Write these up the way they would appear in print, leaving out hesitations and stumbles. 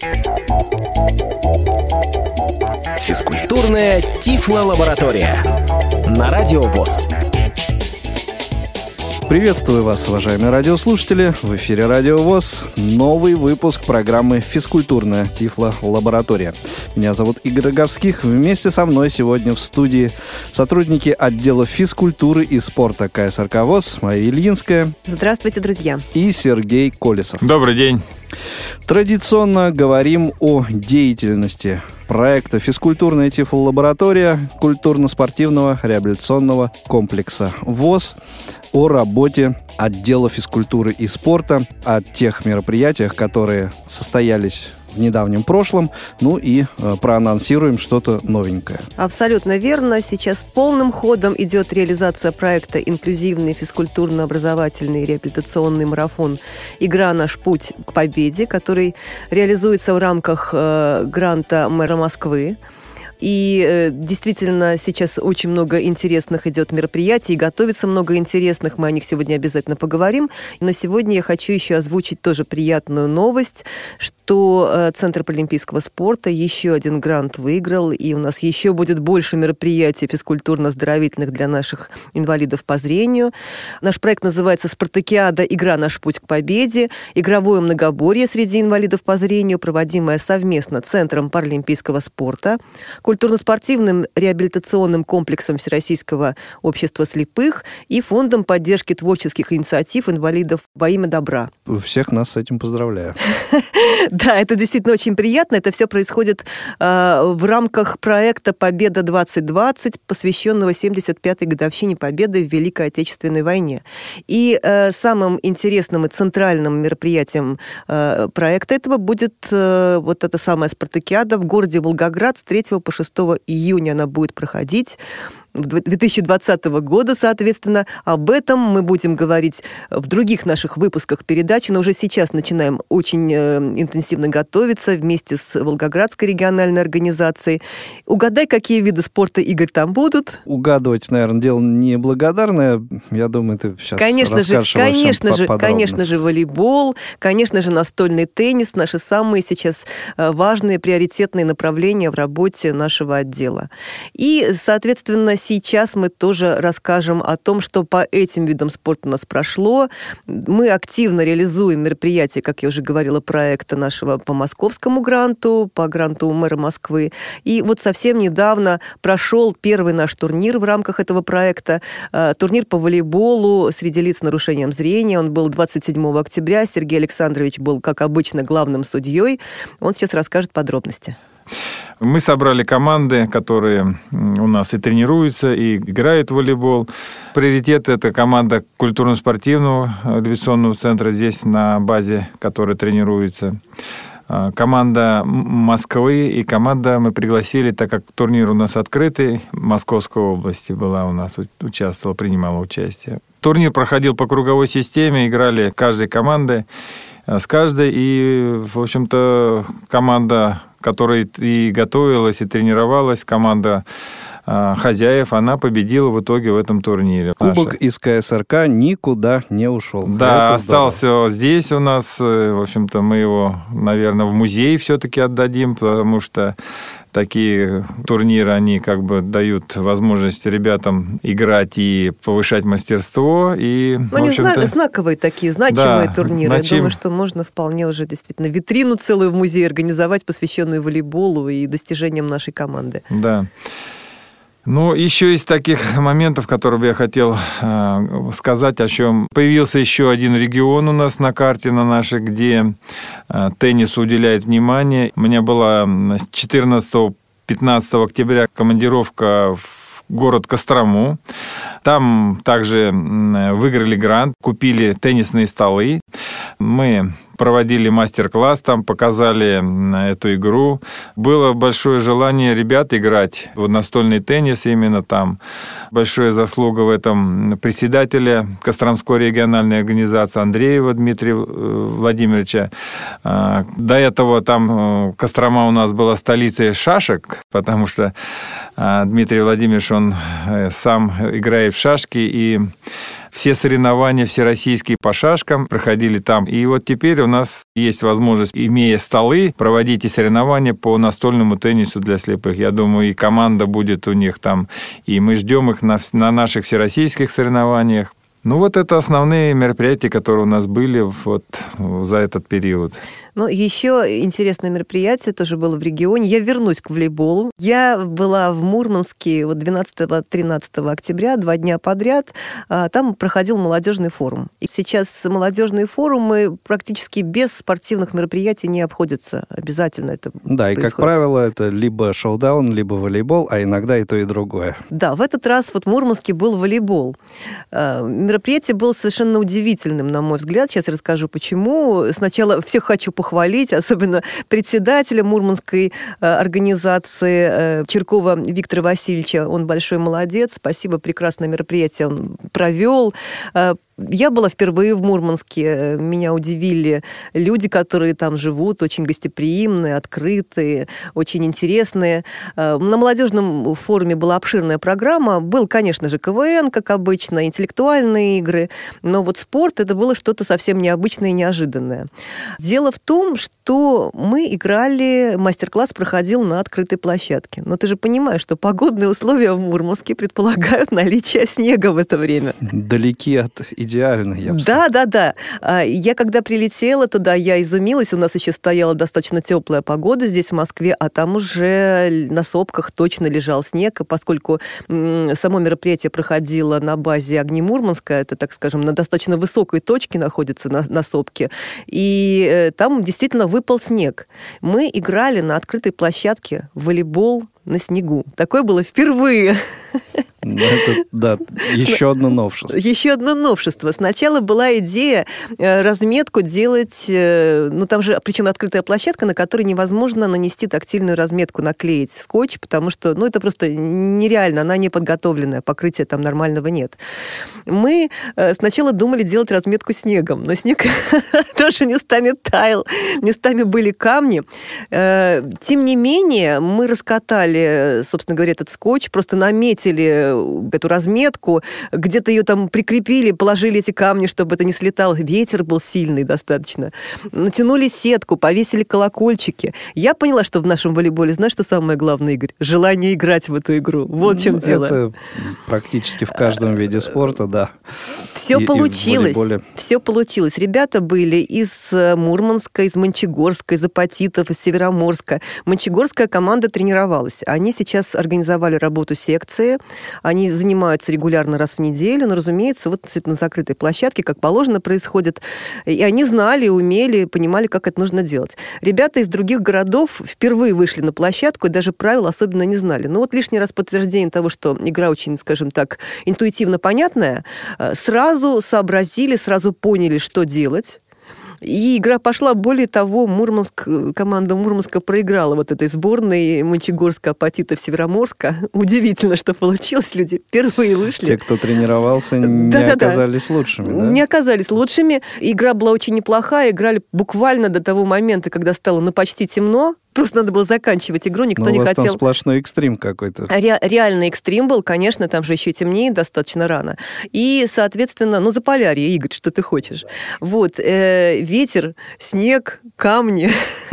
Физкультурная Тифло-лаборатория на Радио ВОС. Приветствую вас, уважаемые радиослушатели. В эфире Радио ВОС. Новый выпуск программы «Физкультурная Тифло-лаборатория». Меня зовут Игорь Роговских. Вместе со мной сегодня в студии сотрудники отдела физкультуры и спорта КСРК ВОС Мария Ильинская. Здравствуйте, друзья. И Сергей Колесов. Добрый день. Традиционно говорим о деятельности проекта «Физкультурная Тифло-лаборатория» культурно-спортивного реабилитационного комплекса ВОС, о работе отдела физкультуры и спорта, о тех мероприятиях, которые состоялись в недавнем прошлом, ну и проанонсируем что-то новенькое. Абсолютно верно. Сейчас полным ходом идет реализация проекта «Инклюзивный физкультурно-образовательный реабилитационный марафон. Игра «Наш путь к победе», который реализуется в рамках гранта мэра Москвы. И действительно сейчас очень много интересных идет мероприятий, готовится много интересных, мы о них сегодня обязательно поговорим. Но сегодня я хочу еще озвучить тоже приятную новость, что Центр паралимпийского спорта еще один грант выиграл, и у нас еще будет больше мероприятий физкультурно-оздоровительных для наших инвалидов по зрению. Наш проект называется «Спартакиада. Игра. Наш путь к победе». Игровое многоборье среди инвалидов по зрению, проводимое совместно Центром паралимпийского спорта, культурно-спортивным реабилитационным комплексом Всероссийского общества слепых и Фондом поддержки творческих инициатив инвалидов во имя добра. Всех нас с этим поздравляю. Да, это действительно очень приятно. Это все происходит в рамках проекта «Победа-2020», посвященного 75-й годовщине Победы в Великой Отечественной войне. И самым интересным и центральным мероприятием проекта этого будет вот эта самая спартакиада в городе Волгоград с 3 по 6 июня она будет проходить. 2020 года, соответственно. Об этом мы будем говорить в других наших выпусках передачи, но уже сейчас начинаем очень интенсивно готовиться вместе с Волгоградской региональной организацией. Угадай, какие виды спорта, Игорь, там будут? Угадывать, наверное, дело неблагодарное. Я думаю, ты сейчас расскажешь подробно. Конечно же, волейбол, конечно же, настольный теннис. Наши самые сейчас важные, приоритетные направления в работе нашего отдела. И, соответственно, сейчас мы тоже расскажем о том, что по этим видам спорта у нас прошло. Мы активно реализуем мероприятия, как я уже говорила, проекта нашего по московскому гранту, по гранту мэра Москвы. И вот совсем недавно прошел первый наш турнир в рамках этого проекта. Турнир по волейболу среди лиц с нарушением зрения. Он был 27 октября. Сергей Александрович был, как обычно, главным судьей. Он сейчас расскажет подробности. Мы собрали команды, которые у нас и тренируются, и играют в волейбол. Приоритет – это команда культурно-спортивного реабилитационного центра здесь на базе, которая тренируется. Команда Москвы и команда мы пригласили, так как турнир у нас открытый, Московской области была у нас, участвовала, принимала участие. Турнир проходил по круговой системе, играли каждой командой с каждой, и, в общем-то, команда, которая и готовилась, и тренировалась, команда хозяев, она победила в итоге в этом турнире. Кубок из КСРК никуда не ушел. Да, это остался здорово. Здесь у нас. В общем-то, мы его, наверное, в музей все-таки отдадим, потому что такие турниры, они как бы дают возможность ребятам играть и повышать мастерство. И, они знаковые такие, значимые турниры. Я думаю, что можно вполне уже действительно витрину целую в музее организовать, посвященную волейболу и достижениям нашей команды. Да. Ну, еще из таких моментов, которые бы я хотел сказать, о чем появился еще один регион у нас на карте на нашей, где теннису уделяет внимание. У меня была 14-15 октября командировка в город Кострому. Там также выиграли грант, купили теннисные столы. Мы проводили мастер-класс, там показали эту игру. Было большое желание ребят играть в настольный теннис именно там. Большая заслуга в этом председателя Костромской региональной организации Андреева Дмитрия Владимировича. До этого там Кострома у нас была столицей шашек, потому что Дмитрий Владимирович, он сам играет в шашки, и все соревнования всероссийские по шашкам проходили там. И вот теперь у нас есть возможность, имея столы, проводить и соревнования по настольному теннису для слепых. Я думаю, и команда будет у них там, и мы ждем их на наших всероссийских соревнованиях. Ну, вот это основные мероприятия, которые у нас были вот за этот период. Ну, еще интересное мероприятие тоже было в регионе. Я вернусь к волейболу. Я была в Мурманске 12-13 октября, 2 дня подряд. Там проходил молодежный форум. И сейчас молодежные форумы практически без спортивных мероприятий не обходятся. Обязательно это происходит. И, как правило, это либо шоу-даун, либо волейбол, а иногда и то, и другое. Да, в этот раз вот в Мурманске был волейбол. Мероприятие было совершенно удивительным, на мой взгляд. Сейчас я расскажу, почему. Сначала всех хочу похвалить, особенно председателя Мурманской организации Чиркова Виктора Васильевича. Он большой молодец. Спасибо, прекрасное мероприятие он провел. Я была впервые в Мурманске. Меня удивили люди, которые там живут, очень гостеприимные, открытые, очень интересные. На молодежном форуме была обширная программа. Был, конечно же, КВН, как обычно, интеллектуальные игры. Но вот спорт — это было что-то совсем необычное и неожиданное. Дело в том, что мы играли, мастер-класс проходил на открытой площадке. Но ты же понимаешь, что погодные условия в Мурманске предполагают наличие снега в это время. Далеки от идеально, я бы сказал. Да. Я когда прилетела туда, я изумилась. У нас еще стояла достаточно теплая погода здесь, в Москве, а там уже на сопках точно лежал снег. Поскольку само мероприятие проходило на базе Огни Мурманска, это, так скажем, на достаточно высокой точке находится на сопке, и там действительно выпал снег. Мы играли на открытой площадке в волейбол на снегу. Такое было впервые. Это, еще одно новшество. Еще одно новшество. Сначала была идея разметку делать, там же, причем открытая площадка, на которой невозможно нанести тактильную разметку, наклеить скотч, потому что, это просто нереально, она не подготовленная, покрытия там нормального нет. Мы сначала думали делать разметку снегом, но снег тоже местами таял, местами были камни. Тем не менее, мы раскатали, собственно говоря, этот скотч, просто наметили эту разметку, где-то ее там прикрепили, положили эти камни, чтобы это не слетало. Ветер был сильный достаточно. Натянули сетку, повесили колокольчики. Я поняла, что в нашем волейболе, знаешь, что самое главное, Игорь? Желание играть в эту игру. Вот в чем дело. Это практически в каждом виде спорта, да. Все получилось. Все получилось. Ребята были из Мурманска, из Мончегорска, из Апатитов, из Североморска. Мончегорская команда тренировалась. Они сейчас организовали работу секции. Они занимаются регулярно раз в неделю, но, разумеется, вот на закрытой площадке, как положено, происходит. И они знали, умели, понимали, как это нужно делать. Ребята из других городов впервые вышли на площадку и даже правил особенно не знали. Но вот лишний раз подтверждение того, что игра очень, скажем так, интуитивно понятная, сразу сообразили, сразу поняли, что делать. И игра пошла. Более того, команда Мурманска проиграла вот этой сборной Мончегорска, Апатитов, Североморска. Удивительно, что получилось. Люди впервые вышли. Те, кто тренировался, не оказались лучшими, да? Не оказались лучшими. Игра была очень неплохая. Играли буквально до того момента, когда стало почти темно. Просто надо было заканчивать игру, никто не хотел. У вас там сплошной экстрим какой-то. Реальный экстрим был, конечно, там же еще темнее достаточно рано. И, соответственно, Заполярье, Игорь, что ты хочешь. Вот, ветер, снег, камни,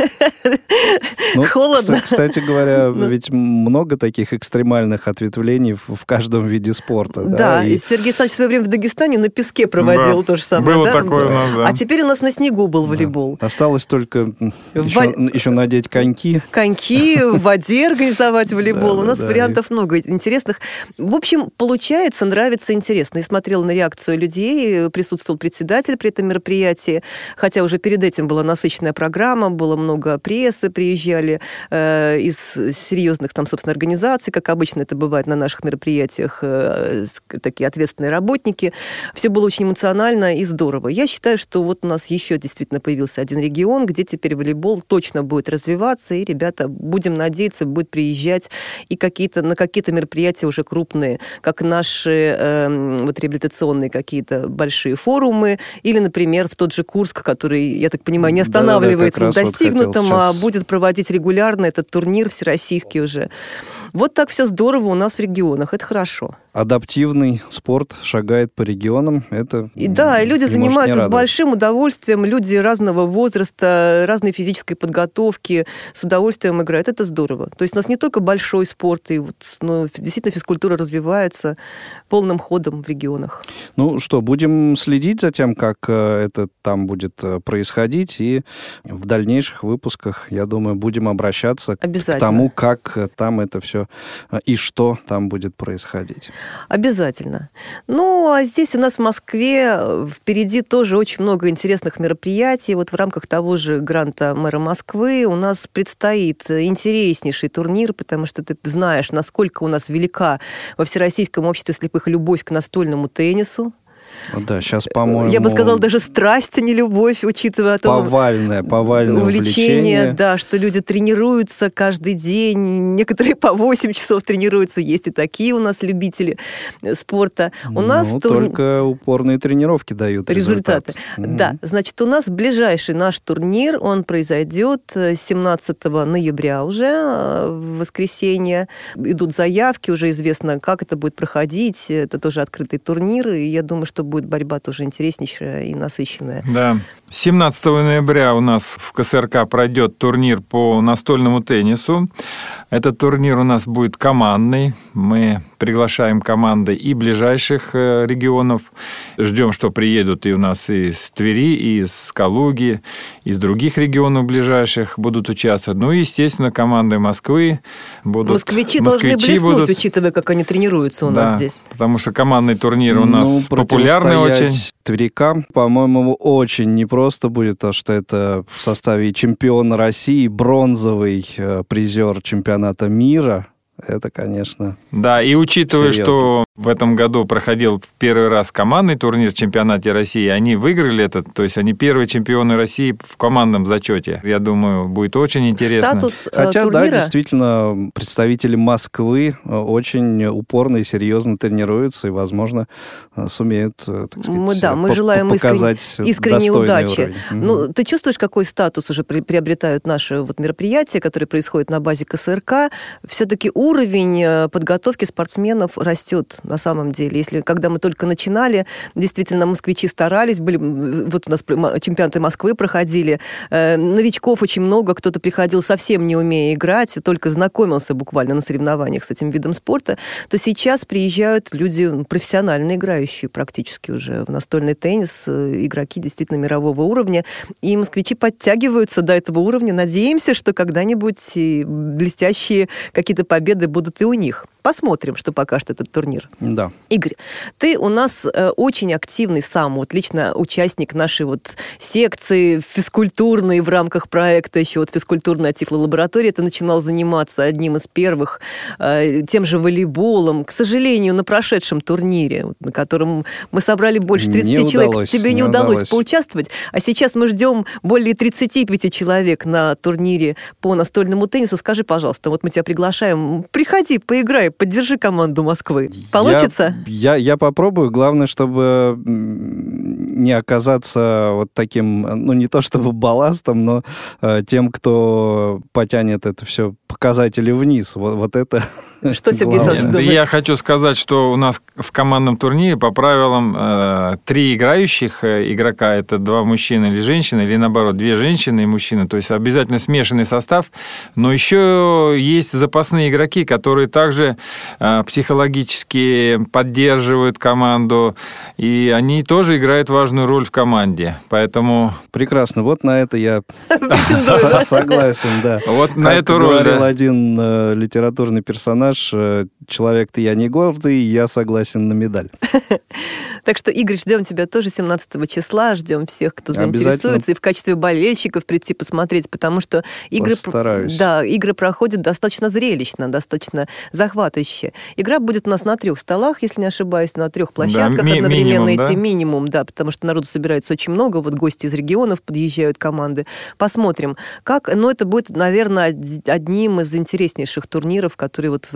холодно. Кстати говоря, ведь много таких экстремальных ответвлений в каждом виде спорта. Да, и Сергей Александрович в свое время в Дагестане на песке проводил то же самое. Было такое у нас, да. А теперь у нас на снегу был волейбол. Осталось только еще надеть коньки. Коньки, в воде организовать волейбол. У нас вариантов много интересных. В общем, получается, нравится, интересно. Я смотрела на реакцию людей, присутствовал председатель при этом мероприятии, хотя уже перед этим была насыщенная программа, было много прессы, приезжали из серьезных там, собственно, организаций, как обычно это бывает на наших мероприятиях, такие ответственные работники. Все было очень эмоционально и здорово. Я считаю, что вот у нас еще действительно появился один регион, где теперь волейбол точно будет развиваться, и ребята, будем надеяться, будут приезжать и на какие-то мероприятия уже крупные, как наши реабилитационные какие-то большие форумы, или, например, в тот же Курск, который, я так понимаю, не останавливается на достигнутом, а будет проводить регулярно этот турнир всероссийский уже. Вот так все здорово у нас в регионах, это хорошо. адаптивный спорт шагает по регионам. Это и люди занимаются с большим удовольствием, люди разного возраста, разной физической подготовки с удовольствием играют. Это здорово. То есть у нас не только большой спорт, но действительно физкультура развивается полным ходом в регионах. Ну что, будем следить за тем, как это там будет происходить, и в дальнейших выпусках, я думаю, будем обращаться к тому, как там это все и что там будет происходить. Обязательно. Ну, а здесь у нас в Москве впереди тоже очень много интересных мероприятий. Вот в рамках того же гранта мэра Москвы у нас предстоит интереснейший турнир, потому что ты знаешь, насколько у нас велика во Всероссийском обществе слепых любовь к настольному теннису. Да, сейчас, по-моему... Я бы сказала, даже страсть, а не любовь, учитывая то... Повальное увлечение. Да, что люди тренируются каждый день, некоторые по 8 часов тренируются, есть и такие у нас любители спорта. У нас только упорные тренировки дают результаты. Да, значит, у нас ближайший наш турнир, он произойдет 17 ноября уже, в воскресенье. Идут заявки, уже известно, как это будет проходить. Это тоже открытый турнир, и я думаю, что будет борьба тоже интереснейшая и насыщенная. Да. 17 ноября у нас в КСРК пройдет турнир по настольному теннису. Этот турнир у нас будет командный. Мы приглашаем команды и ближайших регионов. Ждем, что приедут и у нас из Твери, и из Калуги, из других регионов ближайших будут участвовать. Ну и, естественно, команды Москвы будут. Москвичи должны блеснуть, учитывая, как они тренируются у нас здесь. Потому что командный турнир у нас популярный очень. Тверикам, по-моему, очень непросто будет, потому что это в составе чемпиона России, бронзовый призер чемпионата мира. Это, конечно, да, и учитывая, серьезно. Что в этом году проходил в первый раз командный турнир в чемпионате России, они выиграли этот, то есть они первые чемпионы России в командном зачете. Я думаю, будет очень интересно. Статус Хотя, турнира... да, действительно, представители Москвы очень упорно и серьезно тренируются и, возможно, сумеют, так сказать, мы желаем показать искренней удачи. уровень. Ну, ты чувствуешь, какой статус уже приобретают наши мероприятия, которые происходят на базе КСРК? Все-таки уровень подготовки спортсменов растет на самом деле. Когда мы только начинали, действительно, москвичи старались, вот у нас чемпионаты Москвы проходили, новичков очень много, кто-то приходил совсем не умея играть, только знакомился буквально на соревнованиях с этим видом спорта, то сейчас приезжают люди профессионально играющие практически уже в настольный теннис, игроки действительно мирового уровня, и москвичи подтягиваются до этого уровня. Надеемся, что когда-нибудь блестящие какие-то победы будут и у них. Посмотрим, что покажет этот турнир. Да. Игорь, ты у нас очень активный сам, вот лично участник нашей вот секции физкультурной в рамках проекта, еще вот физкультурная тифлолаборатория. Ты начинал заниматься одним из первых тем же волейболом. К сожалению, на прошедшем турнире, на котором мы собрали больше 30 человек, тебе не удалось поучаствовать. А сейчас мы ждем более 35 человек на турнире по настольному теннису. Скажи, пожалуйста, вот мы тебя приглашаем, приходи, поиграй, поддержи команду Москвы. Получится? Я попробую. Главное, чтобы не оказаться вот таким, ну, не то чтобы балластом, но тем, кто потянет это все показатели вниз. Вот это... Что Сергей Александрович думает? Я хочу сказать, что у нас в командном турнире по правилам 3 играющих игрока, это 2 мужчины или женщины, или наоборот, 2 женщины и мужчина, то есть обязательно смешанный состав, но еще есть запасные игроки, которые также психологически поддерживают команду, и они тоже играют важную роль в команде, поэтому... Прекрасно, вот на это я согласен, да. Вот на эту роль, как говорил один литературный персонаж, человек-то я не гордый, я согласен на медаль. Так что, Игорь, ждем тебя тоже 17 числа, ждем всех, кто заинтересуется, и в качестве болельщиков прийти посмотреть, потому что игры проходят достаточно зрелищно, достаточно захватывающе. Игра будет у нас на 3 столах, если не ошибаюсь, на 3 площадках одновременно идти, минимум, да, потому что народу собирается очень много, вот гости из регионов подъезжают, команды. Посмотрим, как, но это будет, наверное, одним из интереснейших турниров, которые вот в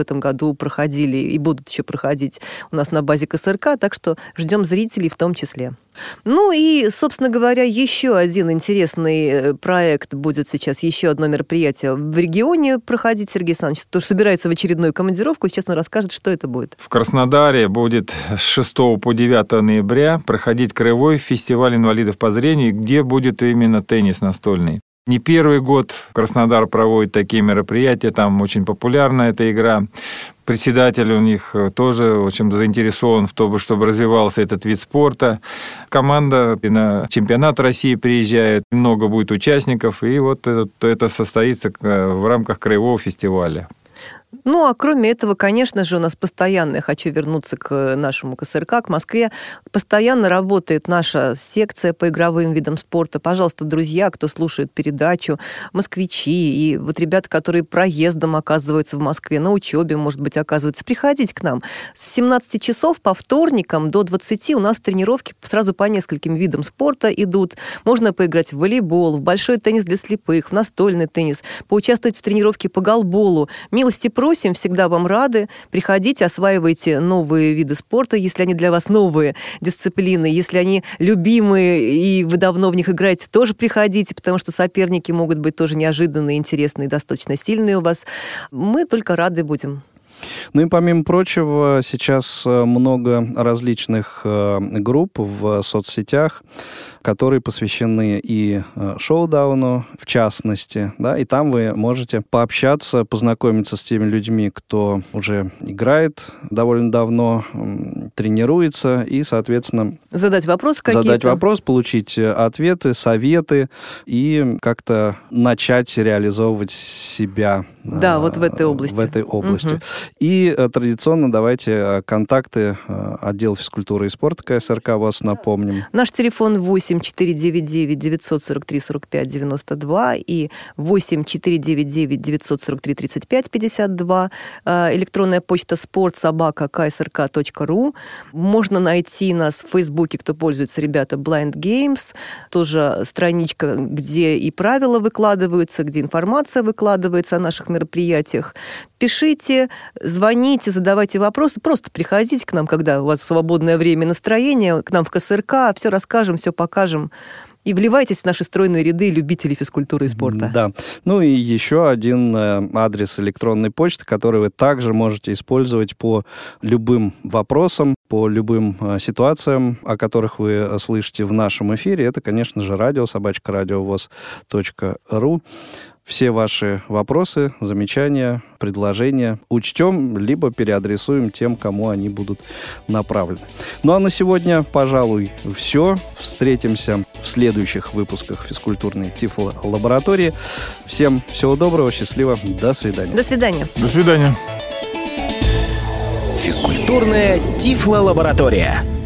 этом году проходили и будут еще проходить у нас на базе КСРК, так что ждем зрителей в том числе. Ну и, собственно говоря, еще один интересный проект будет сейчас, еще одно мероприятие в регионе проходить. Сергей Александрович тоже собирается в очередную командировку, сейчас он расскажет, что это будет. В Краснодаре будет с 6 по 9 ноября проходить краевой фестиваль инвалидов по зрению, где будет именно теннис настольный. Не первый год Краснодар проводит такие мероприятия, там очень популярна эта игра. Председатель у них тоже очень заинтересован в том, чтобы развивался этот вид спорта. Команда на чемпионат России приезжает, много будет участников, и вот это состоится в рамках краевого фестиваля. Ну, а кроме этого, конечно же, у нас постоянно, я хочу вернуться к нашему КСРК, к Москве, постоянно работает наша секция по игровым видам спорта. Пожалуйста, друзья, кто слушает передачу, москвичи и вот ребята, которые проездом оказываются в Москве, на учебе, может быть, оказываются, приходите к нам. С 17 часов по вторникам до 20 у нас тренировки сразу по нескольким видам спорта идут. Можно поиграть в волейбол, в большой теннис для слепых, в настольный теннис, поучаствовать в тренировке по голболу. Милости просим, всегда вам рады. Приходите, осваивайте новые виды спорта, если они для вас новые дисциплины, если они любимые, и вы давно в них играете, тоже приходите, потому что соперники могут быть тоже неожиданные, интересные, достаточно сильные у вас. Мы только рады будем. Ну и помимо прочего, сейчас много различных групп в соцсетях, которые посвящены и шоу-дауну, в частности, да, и там вы можете пообщаться, познакомиться с теми людьми, кто уже играет довольно давно, тренируется, и, соответственно... Задать вопросы какие-то. Задать вопрос, получить ответы, советы, и как-то начать реализовывать себя. Да, вот в этой области. В этой области. Угу. И традиционно давайте контакты отдела физкультуры и спорта КСРК вас напомним. Наш телефон 8-499-943-45-92 и 8-499-943-35-52. Электронная почта sport@ksrk.ru. Можно найти нас в Фейсбуке, кто пользуется, ребята, Blind Games. Тоже страничка, где и правила выкладываются, где информация выкладывается о наших мероприятиях. Пишите, звоните, задавайте вопросы. Просто приходите к нам, когда у вас свободное время и настроение, к нам в КСРК, все расскажем, все покажем. И вливайтесь в наши стройные ряды любителей физкультуры и спорта. Да. Ну и еще один адрес электронной почты, который вы также можете использовать по любым вопросам, по любым ситуациям, о которых вы слышите в нашем эфире. Это, конечно же, radio@radiovoz.ru. Все ваши вопросы, замечания, предложения учтем, либо переадресуем тем, кому они будут направлены. Ну а на сегодня, пожалуй, все. Встретимся в следующих выпусках физкультурной Тифло-лаборатории. Всем всего доброго, счастливо, до свидания. До свидания. До свидания. Физкультурная Тифло-лаборатория.